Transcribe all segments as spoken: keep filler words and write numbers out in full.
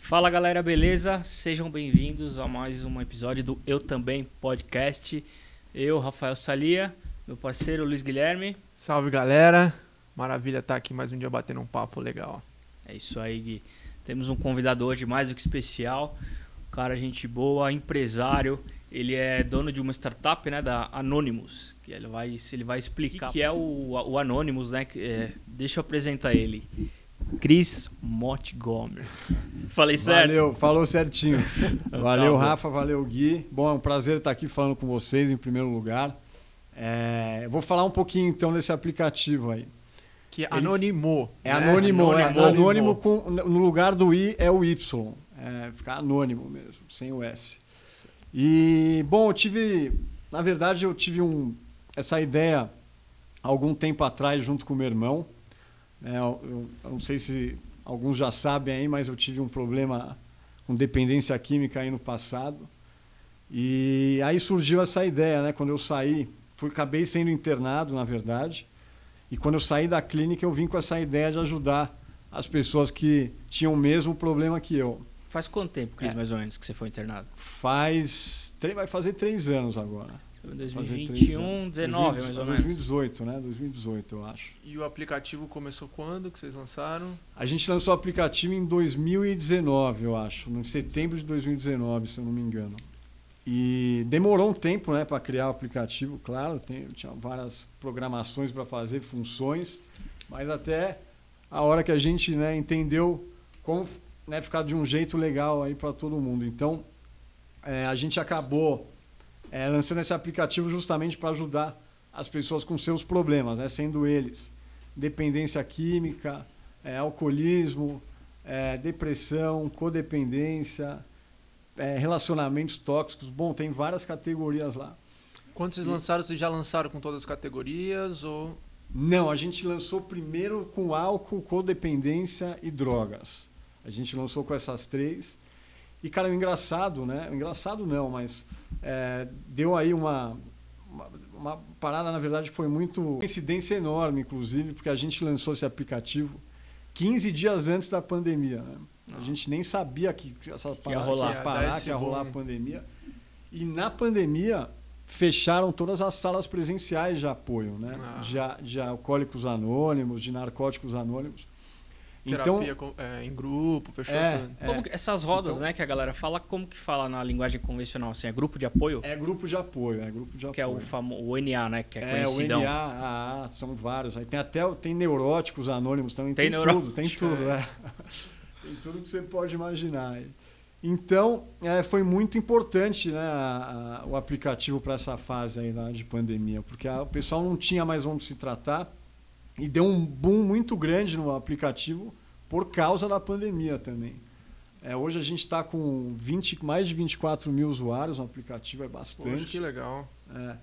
Fala galera, beleza? Sejam bem-vindos a mais um episódio do Eu Também Podcast. Eu, Rafael Salia, meu parceiro Luiz Guilherme. Salve galera, maravilha estar aqui mais um dia batendo um papo legal. É isso aí, Gui. Temos um convidado hoje mais do que especial, um cara gente boa, empresário. Ele é dono de uma startup, né, da Anonymous, que ele vai, ele vai explicar o que é o, o Anonymous, né? É, deixa eu apresentar ele. Chris Montgomery. Falei certo? Valeu, falou certinho. Valeu, Rafa, valeu, Gui. Bom, é um prazer estar aqui falando com vocês em primeiro lugar. É, vou falar um pouquinho então desse aplicativo aí. Que é anônimo. É anônimo, né? é anônimo, anônimo com, no lugar do I é o Y. É, ficar anônimo mesmo, sem o S. E, bom, eu tive, na verdade, eu tive um, essa ideia há algum tempo atrás junto com o meu irmão. É, eu, eu, eu não sei se alguns já sabem aí, mas eu tive um problema com dependência química aí no passado. E aí surgiu essa ideia, né? Quando eu saí, fui, acabei sendo internado, na verdade. E quando eu saí da clínica, eu vim com essa ideia de ajudar as pessoas que tinham o mesmo problema que eu. Faz quanto tempo, Cris, É. mais ou menos, que você foi internado? Faz... Vai fazer três anos agora. dois mil e Fazer vinte três e um, anos. dezenove, mais ou dois mil e menos. dezoito, né? dois mil e dezoito, eu acho. E o aplicativo começou quando que vocês lançaram? A gente lançou o aplicativo em dois mil e dezenove, eu acho. Em setembro de dois mil e dezenove, se eu não me engano. E demorou um tempo, né, para criar o aplicativo, claro. Tem, tinha várias programações para fazer, funções. Mas até a hora que a gente, né, entendeu como, né, ficar de um jeito legal aí para todo mundo. Então, é, a gente acabou é, lançando esse aplicativo justamente para ajudar as pessoas com seus problemas, né, sendo eles dependência química, é, alcoolismo, é, depressão, codependência, é, relacionamentos tóxicos. Bom, tem várias categorias lá. Quando vocês E- lançaram, vocês já lançaram com todas as categorias ou... Não, a gente lançou primeiro com álcool, codependência e drogas. A gente lançou com essas três. E, cara, o engraçado, né? O engraçado não, mas é, deu aí uma, uma, uma parada, na verdade, que foi muito... coincidência enorme, inclusive, porque a gente lançou esse aplicativo quinze dias antes da pandemia, né? A gente nem sabia que essa parada ia rolar. que ia parar, Ia dar que ia esse rolar a boom. pandemia. E na pandemia fecharam todas as salas presenciais de apoio, né? Ah. De, de alcoólicos anônimos, de narcóticos anônimos. Terapia com- é, em grupo, fechou É, tudo. é. Como que- essas rodas, Então- né, que a galera fala, como que fala na linguagem convencional? Assim, é grupo de apoio? É grupo de apoio, é grupo de apoio. Que é o, famo, o N A, né, que é, É, o conhecidão. N A, A A, são vários. Aí tem até tem neuróticos anônimos também. Tem Tem, tudo, neuróticos. tem tudo, é. Tem tudo que você pode imaginar. aí. Então, é, foi muito importante, né, a- a- o aplicativo para essa fase aí lá de pandemia, porque a- o pessoal não tinha mais onde se tratar e deu um boom muito grande no aplicativo por causa da pandemia também. É, hoje a gente está com vinte, mais de vinte e quatro mil usuários no aplicativo, é bastante. Poxa, que legal. É.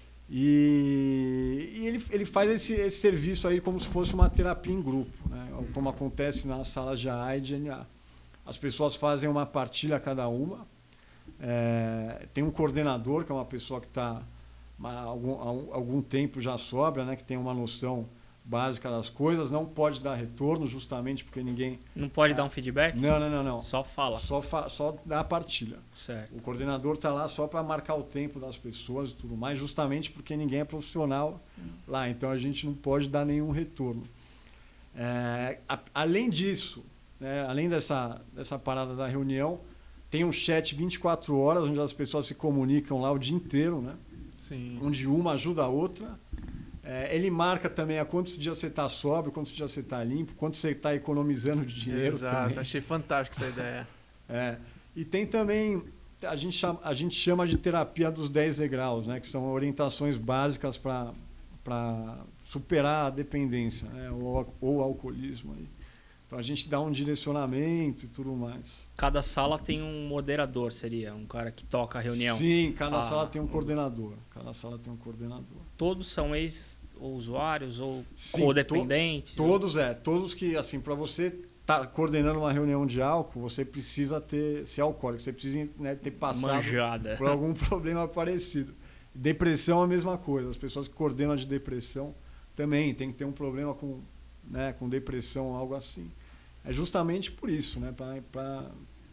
E, e ele, ele faz esse, esse serviço aí como se fosse uma terapia em grupo, né? Como acontece nas salas de A A e de N A. As pessoas fazem uma partilha cada uma. É, tem um coordenador, que é uma pessoa que está há algum, há um- algum tempo já sobra, né? Que tem uma noção básica das coisas, não pode dar retorno justamente porque ninguém... Não pode É. dar um feedback? Não, não, não. não. Só fala. Só, fa, só dá a partilha. Certo. O coordenador está lá só para marcar o tempo das pessoas e tudo mais, justamente porque ninguém é profissional lá, então a gente não pode dar nenhum retorno. É, a- além disso, né, além dessa, dessa parada da reunião, tem um chat vinte e quatro horas, onde as pessoas se comunicam lá o dia inteiro, né, Sim. onde uma ajuda a outra. É, ele marca também a quantos dias você está sóbrio, quantos dias você está limpo, quanto você está economizando de dinheiro. Exato, também. achei fantástica essa ideia. É. E tem também, a gente chama, a gente chama de terapia dos dez degraus, né? Que são orientações básicas para superar a dependência, né? ou, ou o alcoolismo. Aí. Então a gente dá um direcionamento e tudo mais. Cada sala tem um moderador, seria um cara que toca a reunião. Sim, cada Ah. sala tem um coordenador. Cada sala tem um coordenador. Todos são ex-usuários ou Sim, codependentes? Todos, é. Todos que, assim, para você estar coordenando uma reunião de álcool, você precisa ter, ser alcoólico, você precisa, né, ter passado Manjada. por algum problema parecido. Depressão é a mesma coisa. As pessoas que coordenam de depressão também tem que ter um problema com, né, com depressão, algo assim. É justamente por isso, né, para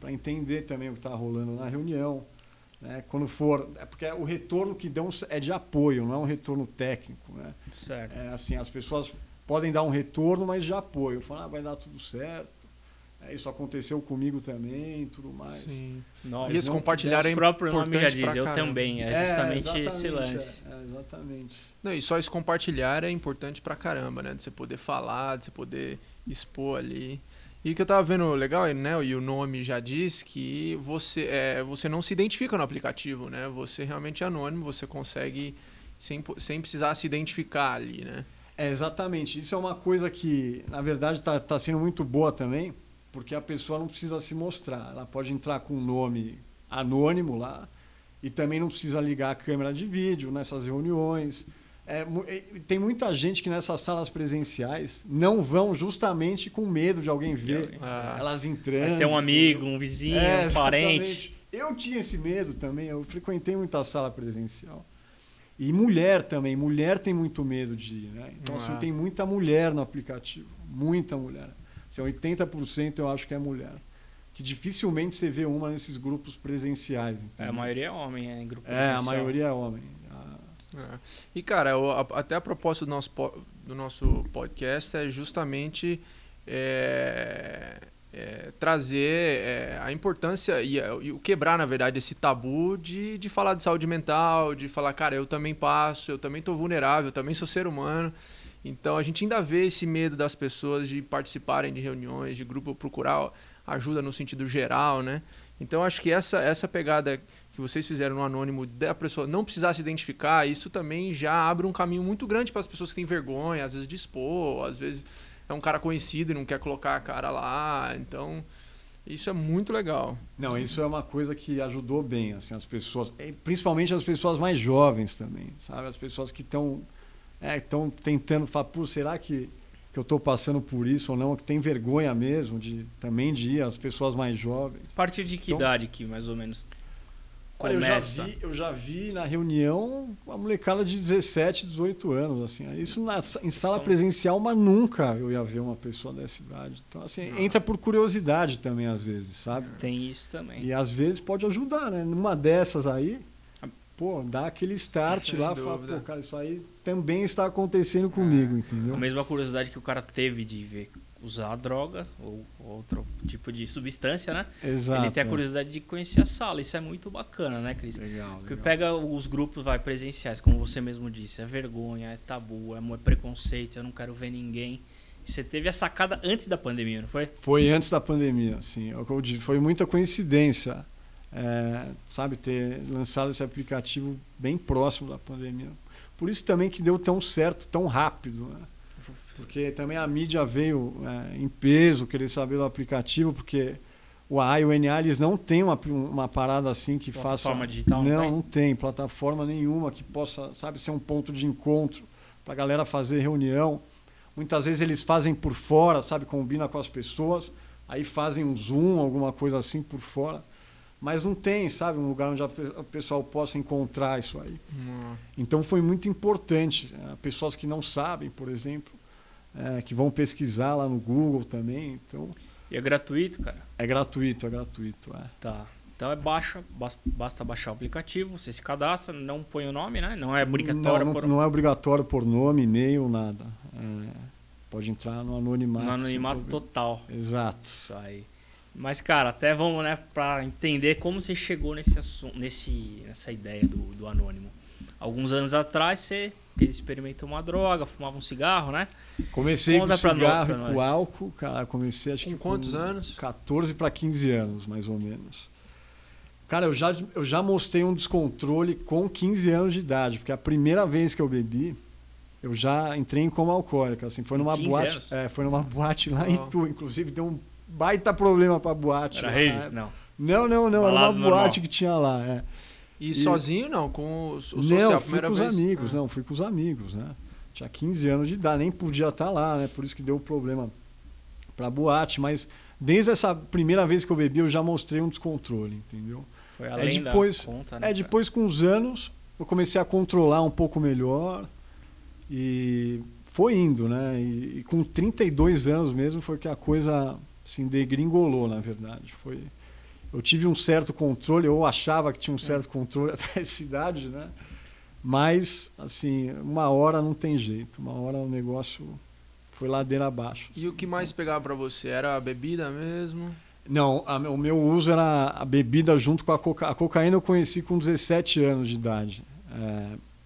para entender também o que está rolando na reunião. Né? Quando for, é porque o retorno que dão é de apoio, não é um retorno técnico. Né? Certo. É, assim, as pessoas podem dar um retorno, mas de apoio. Falar, ah, vai dar tudo certo. É, isso aconteceu comigo também, tudo mais. Sim. Nossa, e esse compartilhar é o próprio nome já importante diz, pra eu caramba. também. É justamente é, esse lance. É, é, exatamente. Não, e só esse compartilhar é importante pra caramba, né? De você poder falar, de você poder expor ali. E o que eu tava vendo legal, né? E o nome já diz que você, é, você não se identifica no aplicativo, né? Você realmente é anônimo, você consegue sem, sem precisar se identificar ali, né? É, exatamente. Isso é uma coisa que, na verdade, está tá sendo muito boa também, porque a pessoa não precisa se mostrar. Ela pode entrar com um nome anônimo lá e também não precisa ligar a câmera de vídeo nessas reuniões. É, tem muita gente que nessas salas presenciais não vão justamente com medo de alguém ver ah, elas entrando. Tem um amigo, um vizinho, é, um parente. Eu tinha esse medo também, eu frequentei muita sala presencial. E mulher também, mulher tem muito medo de ir, né? Então, ah. assim, tem muita mulher no aplicativo, muita mulher. Assim, oitenta por cento eu acho que é mulher. Que dificilmente você vê uma nesses grupos presenciais. É, a maioria é homem, é em grupo É, presencial. a maioria é homem. É. E, cara, eu, a, até a proposta do nosso, do nosso podcast é justamente é, é, trazer é, a importância e, e quebrar, na verdade, esse tabu de, de falar de saúde mental, de falar, cara, eu também passo, eu também estou vulnerável, eu também sou ser humano. Então, a gente ainda vê esse medo das pessoas de participarem de reuniões, de grupo, procurar ajuda no sentido geral, né? Então, acho que essa, essa pegada que vocês fizeram no anônimo da pessoa não precisar se identificar, isso também já abre um caminho muito grande para as pessoas que têm vergonha, às vezes de expor, às vezes é um cara conhecido e não quer colocar a cara lá, então isso é muito legal. Não, isso é uma coisa que ajudou bem, assim, as pessoas, principalmente as pessoas mais jovens também, sabe? As pessoas que estão é, estão tentando falar, pô, será que, que eu estou passando por isso ou não? Que tem vergonha mesmo de, também de ir, as pessoas mais jovens. A partir de que então, idade que mais ou menos olha, eu já vi, eu já vi na reunião uma molecada de dezessete, dezoito anos, assim. Isso na, em sala São... presencial, mas nunca eu ia ver uma pessoa dessa idade. Então, assim, ah. entra por curiosidade também, às vezes, sabe? Tem isso também. E às vezes pode ajudar, né? Numa dessas aí, pô, dá aquele start Sem lá, fala, pô, cara, isso aí também está acontecendo comigo, é. entendeu? A mesma curiosidade que o cara teve de ver usar droga ou outro tipo de substância, né? Exato. Ele tem a curiosidade de conhecer a sala. Isso é muito bacana, né, Cris? Legal, Porque legal. pega os grupos vai, presenciais, como você mesmo disse, é vergonha, é tabu, é preconceito, eu não quero ver ninguém. Você teve a sacada antes da pandemia, não foi? Foi antes da pandemia, sim. Foi muita coincidência, é, sabe, ter lançado esse aplicativo bem próximo da pandemia. Por isso também que deu tão certo, tão rápido, né? Porque também a mídia veio é, em peso querer saber do aplicativo, porque o A A e o N A eles não têm uma, uma parada assim que plataforma faça... Plataforma digital? Não, não tem? não tem plataforma nenhuma que possa, sabe, ser um ponto de encontro para a galera fazer reunião. Muitas vezes eles fazem por fora, sabe, combina com as pessoas, aí fazem um Zoom, alguma coisa assim por fora. Mas não tem, sabe, um lugar onde o pessoal possa encontrar isso aí. Hum. Então foi muito importante. Pessoas que não sabem, por exemplo, É, que vão pesquisar lá no Google também, então... E é gratuito, cara? É gratuito, é gratuito, é. Tá, então é baixa, basta, basta baixar o aplicativo, você se cadastra, não põe o nome, né? Não é obrigatório não, não, por... Não é obrigatório por nome, e-mail, nada. É, pode entrar no anonimato. No anonimato total. Exato. Isso aí. Mas, cara, até vamos, né, pra entender como você chegou nesse assunto, nesse, nessa ideia do, do anônimo. Alguns anos atrás, você... Porque eles experimentam uma droga, fumavam um cigarro, né? Comecei Conta com cigarro nós, e com álcool, cara. Comecei acho com que quantos com anos? catorze para quinze anos, mais ou menos. Cara, eu já, eu já mostrei um descontrole com quinze anos de idade, porque a primeira vez que eu bebi, eu já entrei em coma alcoólica. Assim, foi numa boate, é, foi numa boate lá oh. em Itu. Inclusive, deu um baita problema pra boate. Era lá, rave? né? Não. Não, não, não. Era uma normal. boate que tinha lá, é. E, e sozinho não? Com o, o social? Não, a fui com os vez? amigos. Ah. Não, fui com os amigos, né? Tinha quinze anos de idade, nem podia estar lá, né? Por isso que deu problema pra boate. Mas desde essa primeira vez que eu bebi, eu já mostrei um descontrole, entendeu? Foi além é depois, da conta, né? É, depois com os anos, eu comecei a controlar um pouco melhor e foi indo, né? E, e com trinta e dois anos mesmo foi que a coisa assim, degringolou, na verdade. Foi... eu tive um certo controle, eu achava que tinha um certo controle até essa idade, né? Mas, assim, uma hora não tem jeito. Uma hora o negócio foi ladeira abaixo. E o que mais pegava para você? Era a bebida mesmo? Não, a, o meu uso era a bebida junto com a cocaína. A cocaína eu conheci com dezessete anos de idade. É,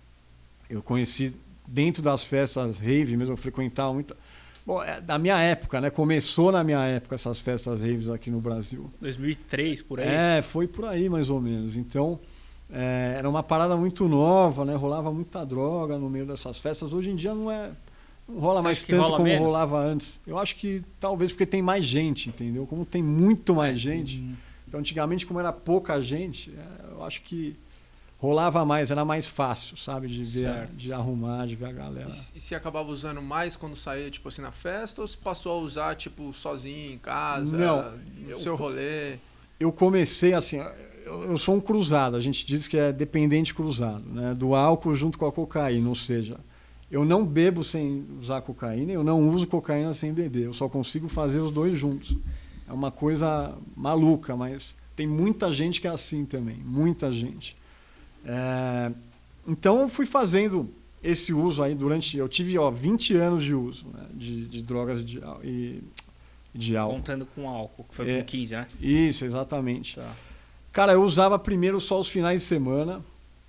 eu conheci dentro das festas rave mesmo, eu frequentava muito. Bom, é, da minha época, né? Começou na minha época essas festas raves aqui no Brasil. dois mil e três, por aí? É, foi por aí mais ou menos. Então, é, era uma parada muito nova, né? Rolava muita droga no meio dessas festas. Hoje em dia não é... Não rola Você mais acha que tanto rola como menos? rolava antes. Eu acho que talvez porque tem mais gente, entendeu? Como tem muito mais gente. Uhum. Então, antigamente, como era pouca gente, é, eu acho que rolava mais, era mais fácil, sabe? De ver, Certo. de arrumar, de ver a galera. E, se- e se acabava usando mais quando saía, tipo assim, na festa? Ou se passou a usar, tipo, sozinho, em casa? Não, No eu- seu rolê? Eu comecei assim, eu, eu sou um cruzado, a gente diz que é dependente cruzado, né? Do álcool junto com a cocaína, ou seja, eu não bebo sem usar cocaína, eu não uso cocaína sem beber, eu só consigo fazer os dois juntos. É uma coisa maluca, mas tem muita gente que é assim também, muita gente. É, então eu fui fazendo esse uso aí durante, eu tive ó, vinte anos de uso, né? de, de drogas de, ál- e de álcool. Contando com álcool, que foi É. com quinze, né? Isso, exatamente. Tá. Cara, eu usava primeiro só os finais de semana,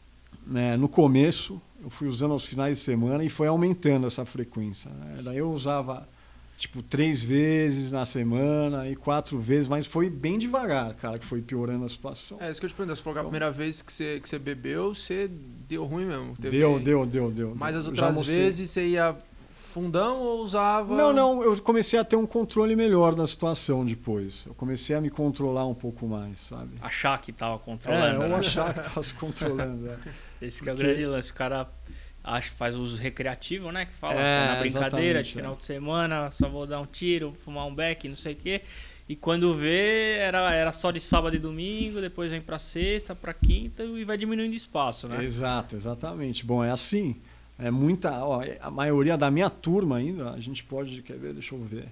né? No começo eu fui usando aos finais de semana e foi aumentando essa frequência, né? Daí eu usava tipo três vezes na semana e quatro vezes, mas foi bem devagar, cara, que foi piorando a situação. É, isso que eu te pergunto. Se for a primeira vez que você, que você bebeu, você deu ruim mesmo? Teve- Deu, deu, deu, deu. Mas as Eu já outras mostrei. vezes você ia fundão ou usava... Não, não, eu comecei a ter um controle melhor da situação depois. Eu comecei a me controlar um pouco mais, sabe? Achar que tava É, controlando. eu né? achar que tava se controlando. É. Esse que é o Porque- grande lance. O cara acha, faz uso recreativo, né? Que fala É, na brincadeira, de exatamente, final é. de semana, só vou dar um tiro, fumar um beck, não sei o quê. E quando vê, era, era só de sábado e domingo, depois vem pra sexta, pra quinta e vai diminuindo espaço, né? Exato, exatamente. Bom, é assim. É muita, ó, a maioria da minha turma ainda, a gente pode, quer ver, deixa eu ver.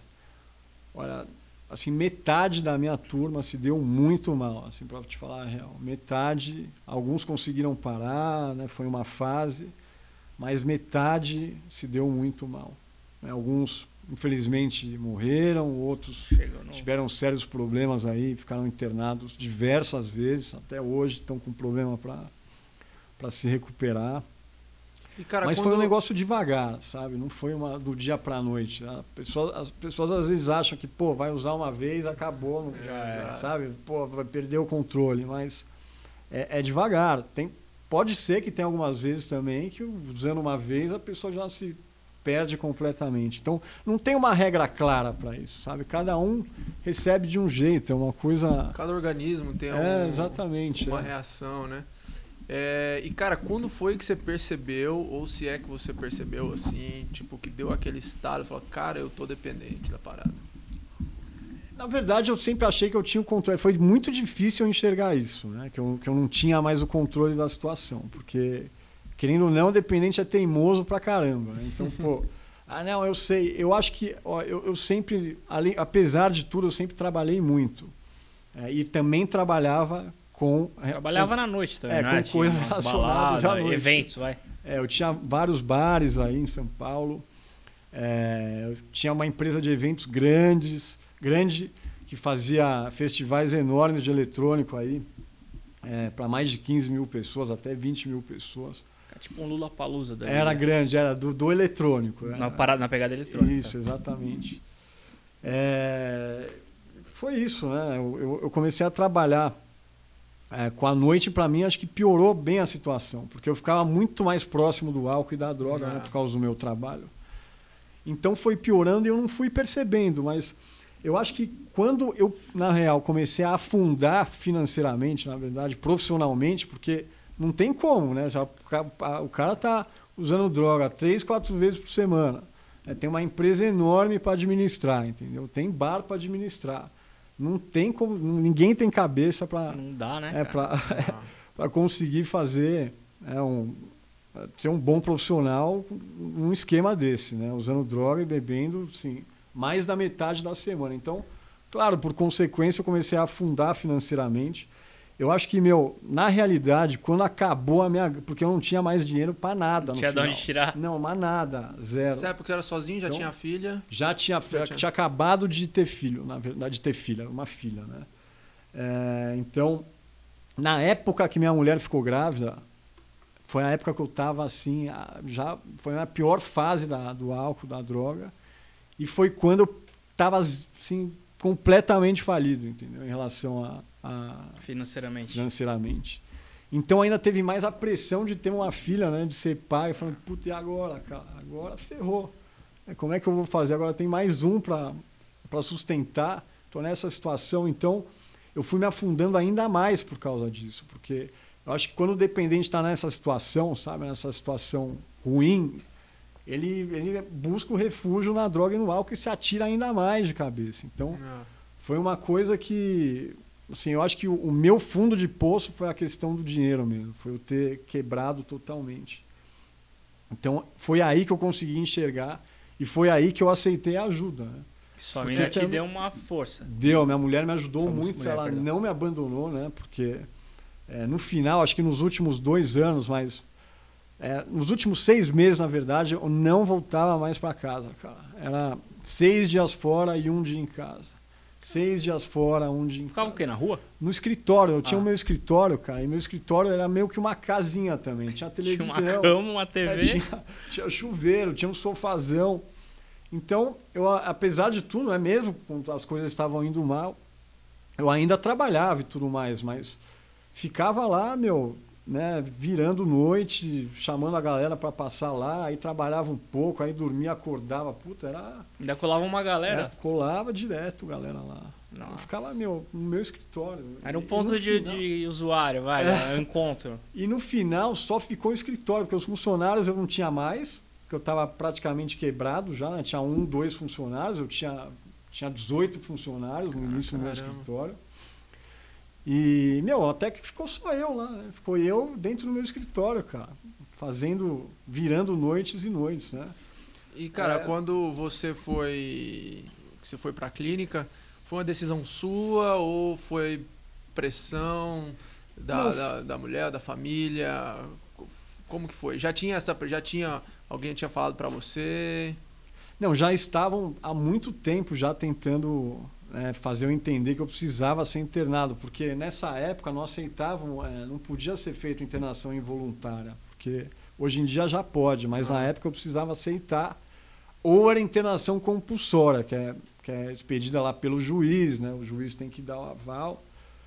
Olha, assim, metade da minha turma se deu muito mal, assim, para te falar a real. Metade, alguns conseguiram parar, né, foi uma fase, mas metade se deu muito mal, né? Alguns, infelizmente, morreram, outros Chegou no... tiveram sérios problemas aí, ficaram internados diversas vezes, até hoje estão com problema para para se recuperar. E, cara, Mas quando... foi um negócio devagar, sabe? Não foi uma, do dia para a noite. A pessoa, as pessoas às vezes acham que, pô, vai usar uma vez, acabou, não- Já era. sabe? Pô, vai perder o controle, mas é, é devagar. Tem, pode ser que tenha algumas vezes também que usando uma vez a pessoa já se perde completamente. Então, não tem uma regra clara para isso, sabe? Cada um recebe de um jeito, é uma coisa... Cada organismo tem É, um- exatamente. uma é. reação, né? É, e, cara, quando foi que você percebeu, ou se é que você percebeu, assim, tipo, que deu aquele estalo e falou, cara, eu tô dependente da parada? Na verdade, eu sempre achei que eu tinha o controle. Foi muito difícil eu enxergar isso, né? Que eu, que eu não tinha mais o controle da situação. Porque, querendo ou não, o dependente é teimoso pra caramba, né? Então, pô... Ah, não, eu sei. Eu acho que ó, eu, eu sempre, além, apesar de tudo, eu sempre trabalhei muito. É, e também trabalhava com... Trabalhava na noite também, É, né? com Tinha coisas umas relacionadas baladas, à noite. eventos, vai. É, eu tinha vários bares aí em São Paulo. É, eu tinha uma empresa de eventos grandes, grande, que fazia festivais enormes de eletrônico aí, é, para mais de quinze mil pessoas, até vinte mil pessoas. Tipo um Lula-Palusa da Era vida. grande, era do, do eletrônico. Na, Era, parada, na pegada eletrônica. isso, exatamente. É, foi isso, né? Eu, eu- eu comecei a trabalhar é, com a noite, para mim, acho que piorou bem a situação, porque eu ficava muito mais próximo do álcool e da droga, Ah. né, por causa do meu trabalho. Então foi piorando e eu não fui percebendo, mas eu acho que quando eu, na real, comecei a afundar financeiramente, na verdade, profissionalmente, porque não tem como, né? Já, o ca- o cara tá usando droga três, quatro vezes por semana. É, tem uma empresa enorme para administrar, entendeu? Tem bar para administrar. Não tem como, ninguém tem cabeça para Não dá, né? é, cara? Ah, para conseguir fazer é, um, ser um bom profissional num esquema desse, né? Usando droga e bebendo, sim, mais da metade da semana. Então, claro, por consequência, eu comecei a afundar financeiramente. Eu acho que, meu, na realidade, quando acabou a minha... Porque eu não tinha mais dinheiro para nada. Não tinha de onde tirar? Não, mas nada, zero. Nessa época você era sozinho, já então, tinha filha? Já tinha, já tinha. tinha acabado de ter filho, na verdade, de ter filha, uma filha, né? É, então, na época que minha mulher ficou grávida, foi a época que eu estava assim, já foi a pior fase da, do álcool, da droga, e foi quando eu estava assim, completamente falido, entendeu? Em relação a... a financeiramente. financeiramente. Então ainda teve mais a pressão de ter uma filha, né? De ser pai, falando, puta, e agora, cara? Agora ferrou. Como é que eu vou fazer? Agora tem mais um para sustentar. Estou nessa situação, então eu fui me afundando ainda mais por causa disso, porque eu acho que quando o dependente está nessa situação, sabe, nessa situação ruim, ele, ele busca o refúgio na droga e no álcool e se atira ainda mais de cabeça. Então, foi uma coisa que, assim, eu acho que o, o meu fundo de poço foi a questão do dinheiro mesmo, foi eu ter quebrado totalmente. Então, foi aí que eu consegui enxergar e foi aí que eu aceitei a ajuda, né? Sua menina te deu uma força. Deu, minha mulher me ajudou Sua muito, mulher, ela perdão. não me abandonou, né? Porque é, no final, acho que nos últimos dois anos, mas é, nos últimos seis meses, na verdade, eu não voltava mais para casa, cara. Era seis dias fora e um dia em casa. Seis dias fora, um dia em Ficava casa. o quê? Na rua? No escritório, eu tinha Ah. o meu escritório, cara, e meu escritório era meio que uma casinha também. Tinha televisão. Tinha uma cama, uma T V. É, tinha, tinha chuveiro, tinha um sofazão. Então, eu, apesar de tudo, né, mesmo quando as coisas estavam indo mal, eu ainda trabalhava e tudo mais, mas ficava lá, meu, né, virando noite, chamando a galera para passar lá, aí trabalhava um pouco, aí dormia, acordava, puta, era... Ainda colava uma galera. era colava direto, galera lá. Nossa. Eu ficava, meu, no meu escritório. Era um E ponto no de, final- de usuário, vai, É. um encontro. E no final só ficou o escritório, porque os funcionários eu não tinha mais, porque eu estava praticamente quebrado já, né? Tinha um, dois funcionários, eu tinha, tinha dezoito funcionários no início do meu caramba. escritório. E, meu, até que ficou só eu lá, né? Ficou eu dentro do meu escritório, cara, fazendo, virando noites e noites, né? E, cara, É. quando você foi, você foi pra clínica, foi uma decisão sua ou foi pressão da, Não, da, da mulher, da família? Como que foi? Já tinha essa, já tinha, alguém tinha falado pra você? Não, já estavam há muito tempo já tentando né, fazer eu entender que eu precisava ser internado, porque nessa época não aceitavam, é, não podia ser feita internação involuntária, porque hoje em dia já pode, mas na época eu precisava aceitar, ou era internação compulsória, que é, que é expedida lá pelo juiz, né, o juiz tem que dar o aval,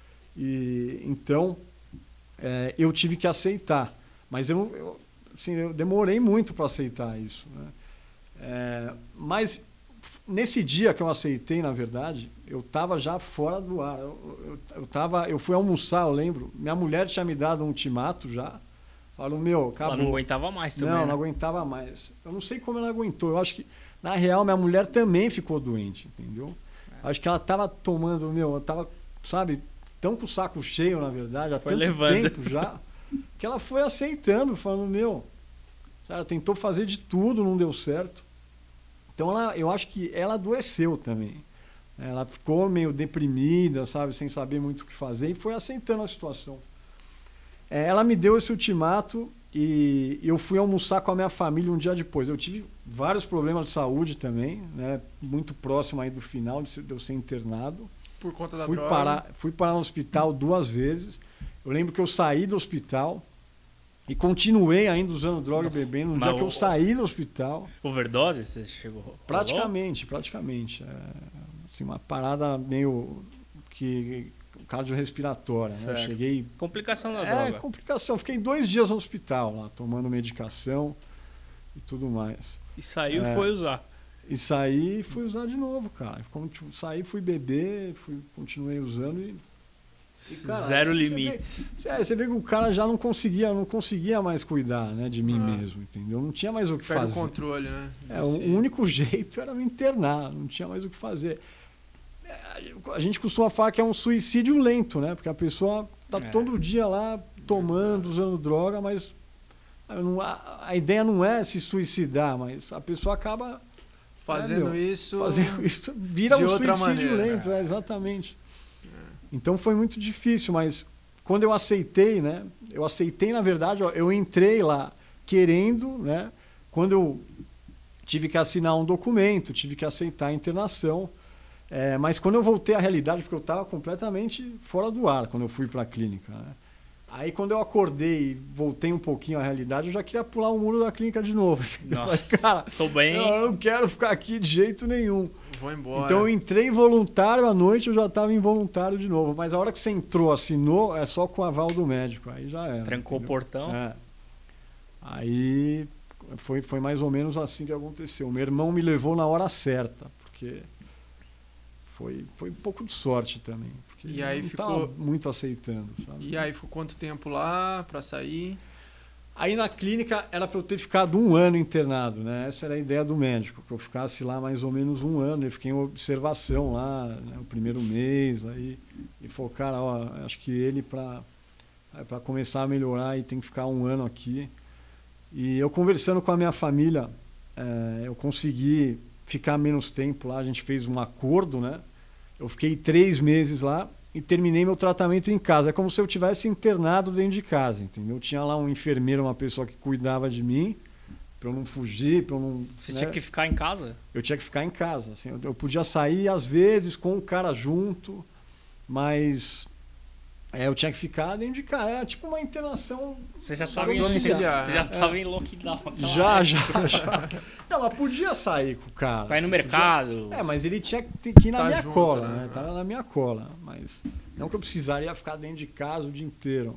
e então é, eu tive que aceitar, mas eu, eu, assim, eu demorei muito para aceitar isso, né? É, mas nesse dia que eu aceitei, na verdade, eu estava já fora do ar. Eu, eu, eu, tava, eu fui almoçar, eu lembro. Minha mulher tinha me dado um ultimato já. Falou, meu, acabou. Ela não aguentava mais também. Não, né? não aguentava mais. Eu não sei como ela aguentou. Eu acho que, na real, minha mulher também ficou doente, entendeu? É. Acho que ela estava tomando, meu, ela estava, sabe, tão com o saco cheio, na verdade, há Foi tanto levando. tempo já, que ela foi aceitando, falando, meu, sabe, ela tentou fazer de tudo, não deu certo. Então, ela, eu acho que ela adoeceu também. Ela ficou meio deprimida, sabe, sem saber muito o que fazer e foi aceitando a situação. É, ela me deu esse ultimato e eu fui almoçar com a minha família um dia depois. Eu tive vários problemas de saúde também, né, muito próximo aí do final de eu ser internado. Por conta da Fui droga? parar, fui parar no hospital duas vezes. Eu lembro que eu saí do hospital e continuei ainda usando droga e bebendo. No Mas dia que eu o- saí do hospital, Overdose? Você chegou? rolou? praticamente, praticamente. É, assim, uma parada meio que cardiorrespiratória, né? Eu Certo. cheguei... Complicação da É, droga. complicação. Fiquei dois dias no hospital lá, tomando medicação e tudo mais. E saiu É. e foi usar. E saí e fui usar de novo, cara. Como, tipo, saí, fui beber, fui, continuei usando e... E, cara, Zero você limites. vê, é, você vê que o cara já não conseguia, não conseguia mais cuidar, né, de mim Ah. mesmo, entendeu? Não tinha mais o que Perde o fazer. controle, né? É, Você- o único jeito era me internar, não tinha mais o que fazer. É, a gente costuma falar que é um suicídio lento, né? Porque a pessoa tá É. todo dia lá tomando, usando droga, mas a, não- a- a ideia não é se suicidar, mas a pessoa acaba Fazendo é, meu, isso... Fazendo isso vira de um outra suicídio maneira, lento, é. é, exatamente. É. Então foi muito difícil, mas quando eu aceitei, né? Eu aceitei, na verdade, ó, eu entrei lá querendo, né? Quando eu tive que assinar um documento, tive que aceitar a internação. É, mas quando eu voltei à realidade, porque eu estava completamente fora do ar quando eu fui para a clínica, né? Aí quando eu acordei e voltei um pouquinho à realidade, eu já queria pular o muro da clínica de novo. Nossa, eu falei, cara, tô bem. Eu não quero ficar aqui de jeito nenhum. Vou embora. Então eu entrei voluntário, à noite eu já estava involuntário de novo. Mas a hora que você entrou, assinou, é só com o aval do médico. Aí já era. Trancou entendeu? o portão. É. Aí foi, foi mais ou menos assim que aconteceu. Meu irmão me levou na hora certa, porque foi, foi um pouco de sorte também. Porque E aí eu não ficou tava muito aceitando, sabe? E aí ficou quanto tempo lá para sair? Aí na clínica era para eu ter ficado um ano internado, né? Essa era a ideia do médico, que eu ficasse lá mais ou menos um ano. Eu fiquei em observação lá, né? O primeiro mês, aí ele falou, cara, ó, acho que ele para para começar a melhorar e tem que ficar um ano aqui. E eu conversando com a minha família, é, eu consegui ficar menos tempo lá. A gente fez um acordo, né? Eu fiquei três meses lá e terminei meu tratamento em casa. É como se eu tivesse internado dentro de casa, entendeu? Tinha lá um enfermeiro, uma pessoa que cuidava de mim, para eu não fugir, para eu não... Você né? tinha que ficar em casa? Eu tinha que ficar em casa. Assim, eu, eu podia sair, às vezes, com o cara junto, mas é, eu tinha que ficar dentro de casa. Era tipo uma internação... Você já estava em, domiciliar. você já tava é. em lockdown. Já, já, já. Não, mas podia sair com o cara. Vai no assim, mercado. Podia... É, mas ele tinha que ir na tá minha junto, cola, né? né? Tava na minha cola. Mas não que eu precisaria ficar dentro de casa o dia inteiro.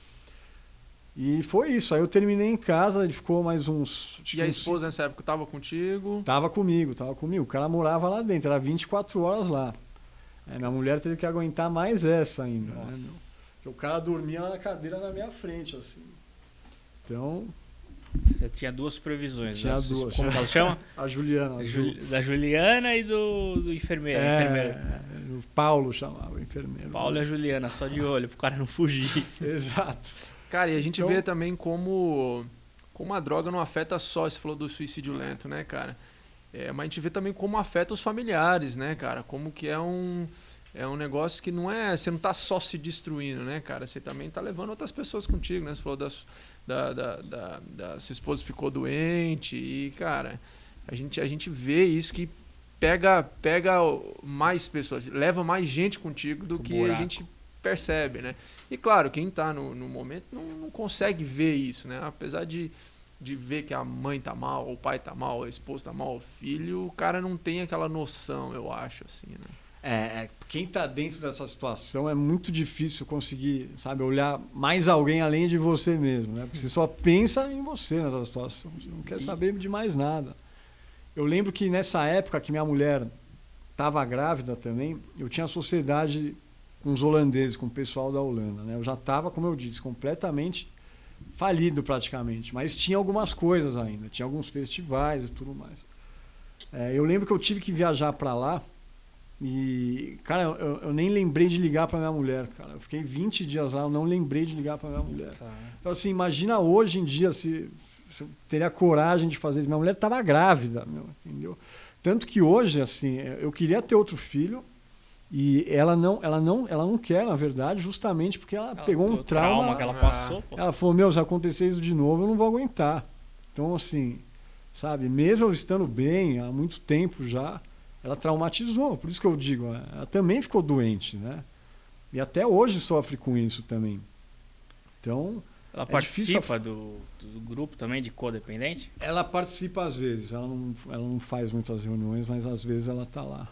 E foi isso. Aí eu terminei em casa, ele ficou mais uns... E a esposa nessa época estava contigo? Tava comigo, tava comigo. O cara morava lá dentro, era vinte e quatro horas lá. É, minha mulher teve que aguentar mais essa ainda. Nossa. Né? Porque o cara dormia na cadeira na minha frente, assim. Então... Você tinha duas supervisões. Tinha da, duas. Como ela chama? A Juliana. A Ju, da Juliana e do, do enfermeiro. É, enfermeiro. O Paulo chamava o enfermeiro. Paulo e a Juliana, só de olho, pro cara não fugir. Exato. Cara, e a gente então, vê também como, como a droga não afeta só, você falou do suicídio lento, né, cara? É, mas a gente vê também como afeta os familiares, né, cara? Como que é um... É um negócio que não é... Você não tá só se destruindo, né, cara? Você também tá levando outras pessoas contigo, né? Você falou da, da, da, da, da sua esposa ficou doente e, cara, a gente, a gente vê isso que pega, pega mais pessoas, leva mais gente contigo do o que buraco. a gente percebe, né? E, claro, quem tá no, no momento não, não consegue ver isso, né? Apesar de, de ver que a mãe tá mal, o pai tá mal, a esposa tá mal, o filho, o cara não tem aquela noção, eu acho, assim, né? É, é, quem está dentro dessa situação é muito difícil conseguir, sabe, olhar mais alguém além de você mesmo, né? Porque você só pensa em você nessa situação, você não quer saber de mais nada. Eu lembro que nessa época que minha mulher estava grávida também, eu tinha sociedade com os holandeses, com o pessoal da Holanda, né? Eu já estava, como eu disse, completamente falido praticamente, mas tinha algumas coisas ainda, tinha alguns festivais e tudo mais. É, eu lembro que eu tive que viajar para lá. E, cara, eu, eu nem lembrei de ligar para minha mulher, cara. Eu fiquei vinte dias lá, eu não lembrei de ligar para minha mulher. Tá. Então, assim, imagina hoje em dia se, se eu teria coragem de fazer isso. Minha mulher estava grávida, meu, entendeu? Tanto que hoje, assim, eu queria ter outro filho e ela não, ela não, ela não quer, na verdade, justamente porque ela, ela pegou um trauma, trauma que ela passou. Pô. Ela falou, meu, se acontecer isso de novo, eu não vou aguentar. Então, assim, sabe, mesmo eu estando bem há muito tempo já, ela traumatizou, por isso que eu digo, ela também ficou doente, né? E até hoje sofre com isso também. Então, ela é participa do, do grupo também de codependente? Ela participa às vezes, ela não, ela não faz muitas reuniões, mas às vezes ela está lá.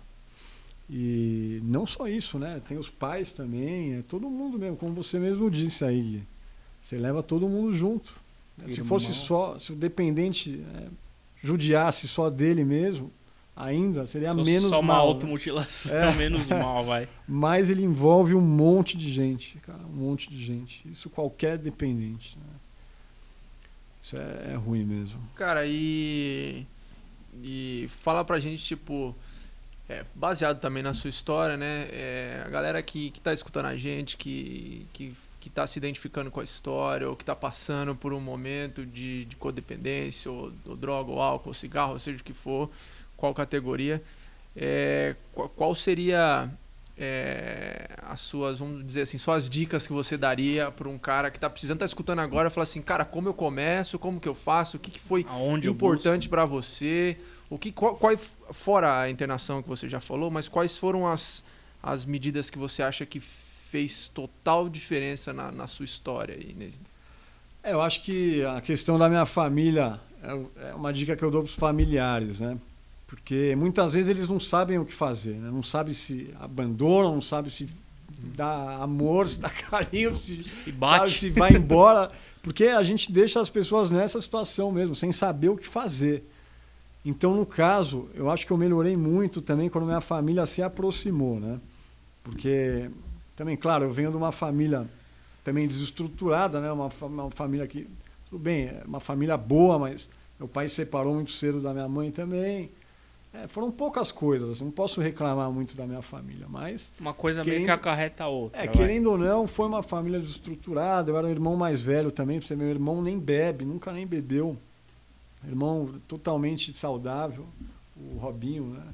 E não só isso, né? Tem os pais também, é todo mundo mesmo, como você mesmo disse aí. Você leva todo mundo junto. Irmão. Se fosse só, se o dependente é, judiasse só dele mesmo, ainda seria só, menos só uma mal, automutilação, né? menos mal, vai. Mas ele envolve um monte de gente, cara, um monte de gente. Isso qualquer dependente, né? Isso é, é ruim mesmo. Cara, e e fala pra gente, tipo, é, baseado também na sua história, né? É, a galera que, que tá escutando a gente, que, que, que tá se identificando com a história, ou que tá passando por um momento de, de codependência, ou, ou droga, ou álcool, ou cigarro, ou seja o que for. qual categoria, é, qual, qual seria é, as suas, vamos dizer assim, suas dicas que você daria para um cara que está precisando, está escutando agora e falar assim, cara, como eu começo, como que eu faço, o que, que foi Aonde importante para você, o que, qual, qual, fora a internação que você já falou, mas quais foram as, as medidas que você acha que fez total diferença na, na sua história aí, né? É, eu acho que a questão da minha família é uma dica que eu dou para os familiares, né? Porque muitas vezes eles não sabem o que fazer, né? Não sabem se abandonam, não sabem se dá amor, se dá carinho, se, se bate, sabe, se vai embora. Porque a gente deixa as pessoas nessa situação mesmo, sem saber o que fazer. Então, no caso, eu acho que eu melhorei muito também quando minha família se aproximou, né? Porque, também, claro, eu venho de uma família também desestruturada, né? Uma, uma família que, tudo bem, é uma família boa, mas meu pai se separou muito cedo da minha mãe também. É, foram poucas coisas, assim, não posso reclamar muito da minha família, mas... Uma coisa querendo, meio que acarreta a outra. É, vai. querendo ou não, foi uma família desestruturada, eu era o irmão mais velho também, porque meu irmão nem bebe, nunca nem bebeu. Irmão totalmente saudável, o Robinho, né?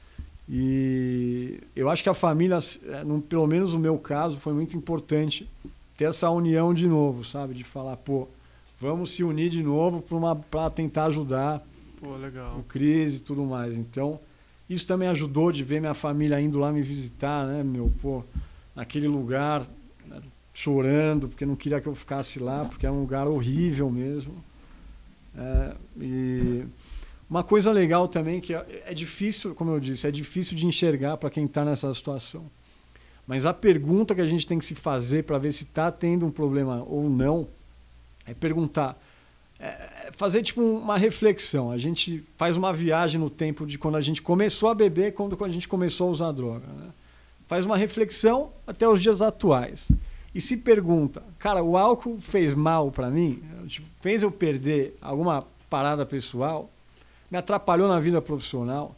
E eu acho que a família, pelo menos no meu caso, foi muito importante ter essa união de novo, sabe? De falar, pô, vamos se unir de novo para tentar ajudar Pô, legal. o Cris e tudo mais. Então, isso também ajudou de ver minha família indo lá me visitar, né, meu? Pô, naquele lugar, né, chorando, porque não queria que eu ficasse lá, porque era um lugar horrível mesmo. É, e uma coisa legal também, que é, é difícil, como eu disse, é difícil de enxergar para quem está nessa situação. Mas a pergunta que a gente tem que se fazer para ver se está tendo um problema ou não, é perguntar, é fazer tipo uma reflexão. A gente faz uma viagem no tempo de quando a gente começou a beber, quando a gente começou a usar droga, né? Faz uma reflexão até os dias atuais. E se pergunta, cara, o álcool fez mal para mim? Tipo, fez eu perder alguma parada pessoal? Me atrapalhou na vida profissional?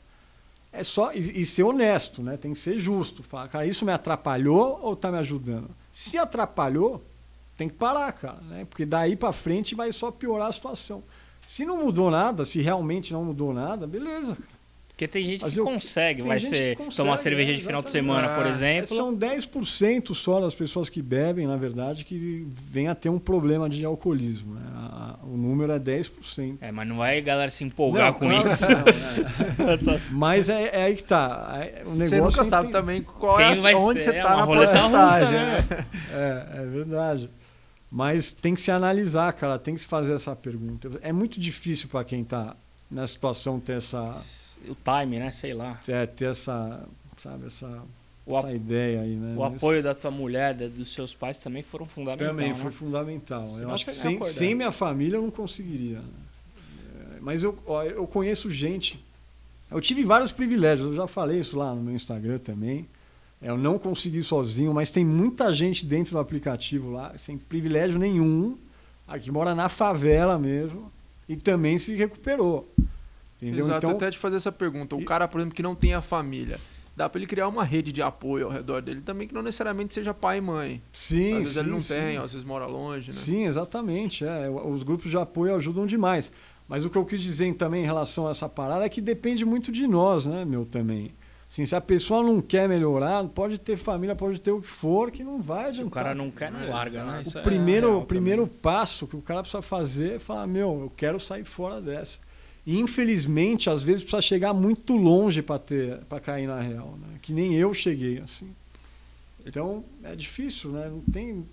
É só e, e ser honesto, né? Tem que ser justo. Falar, cara, isso me atrapalhou ou tá me ajudando? Se atrapalhou, tem que parar, cara, né? Porque daí para frente vai só piorar a situação. Se não mudou nada, se realmente não mudou nada, beleza. Porque tem gente Mas que eu, consegue, vai ser consegue, tomar cerveja é, de final de semana, Ah, por exemplo. São dez por cento só das pessoas que bebem, na verdade, que vem a ter um problema de alcoolismo, né? A, a, o número é dez por cento. É, mas não vai a galera se empolgar não, com claro, isso. Não, é. Mas é, é aí que tá. É, o Você nunca sabe tem... também qual Quem é, vai onde ser, você é tá uma na roleta porcentagem, russa, né? É, é verdade. Mas tem que se analisar, cara, tem que se fazer essa pergunta. É muito difícil para quem tá na situação ter essa... O time, né? Sei lá. É, ter essa, sabe, essa, o essa ideia aí, né? O Mas apoio da tua mulher, da, dos seus pais também foram fundamentais. também né? foi fundamental. Senão eu acho que você sem, não ia sem minha família eu não conseguiria. Né? É, mas eu, ó, eu conheço gente... Eu tive vários privilégios, eu já falei isso lá no meu Instagram também. Eu não consegui sozinho, mas tem muita gente dentro do aplicativo lá, sem privilégio nenhum, que mora na favela mesmo, e também se recuperou. Entendeu? Exato, então, até te fazer essa pergunta. O cara, por exemplo, que não tem a família, dá para ele criar uma rede de apoio ao redor dele também, que não necessariamente seja pai e mãe. Sim, às vezes sim, ele não sim. tem, às vezes mora longe, né? Sim, exatamente. É. Os grupos de apoio ajudam demais. Mas o que eu quis dizer também em relação a essa parada é que depende muito de nós, né, meu, também. Assim, se a pessoa não quer melhorar, pode ter família, pode ter o que for, que não vai adiantar. Se o cara não quer, não É, larga, né? Isso O é primeiro, real o primeiro também. passo que o cara precisa fazer é falar, meu, eu quero sair fora dessa. E, infelizmente, às vezes precisa chegar muito longe para ter, para cair na real, né? Que nem eu cheguei, assim. Então, é difícil, né? Não tem...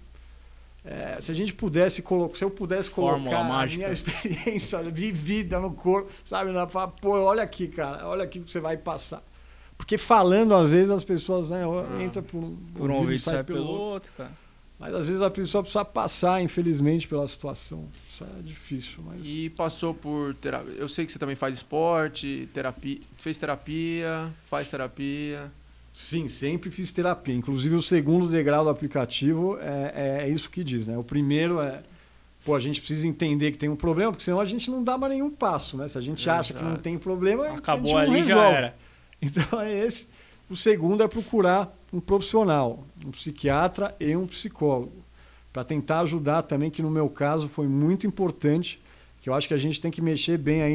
É, se a gente pudesse colocar, se eu pudesse Fórmula colocar mágica. a minha experiência vivida no corpo, sabe? Na, falar, pô, olha aqui, cara, olha aqui o que você vai passar. Porque falando, às vezes, as pessoas, né, Ah, entram por um, Por um ouvido e ouvido sai pelo outro, cara. Mas às vezes a pessoa precisa passar, infelizmente, pela situação. Isso é difícil, mas... E passou por terapia. Eu sei que você também faz esporte, terapia, fez terapia, faz terapia. Sim, sempre fiz terapia. Inclusive o segundo degrau do aplicativo é, é isso que diz, né? O primeiro é, pô, a gente precisa entender que tem um problema, porque senão a gente não dá mais nenhum passo, né? Se a gente acha que não Exato. tem problema, Acabou a gente não ali, já resolve. era. Então é esse. O segundo é procurar um profissional, um psiquiatra e um psicólogo, para tentar ajudar também, que no meu caso foi muito importante, que eu acho que a gente tem que mexer bem aí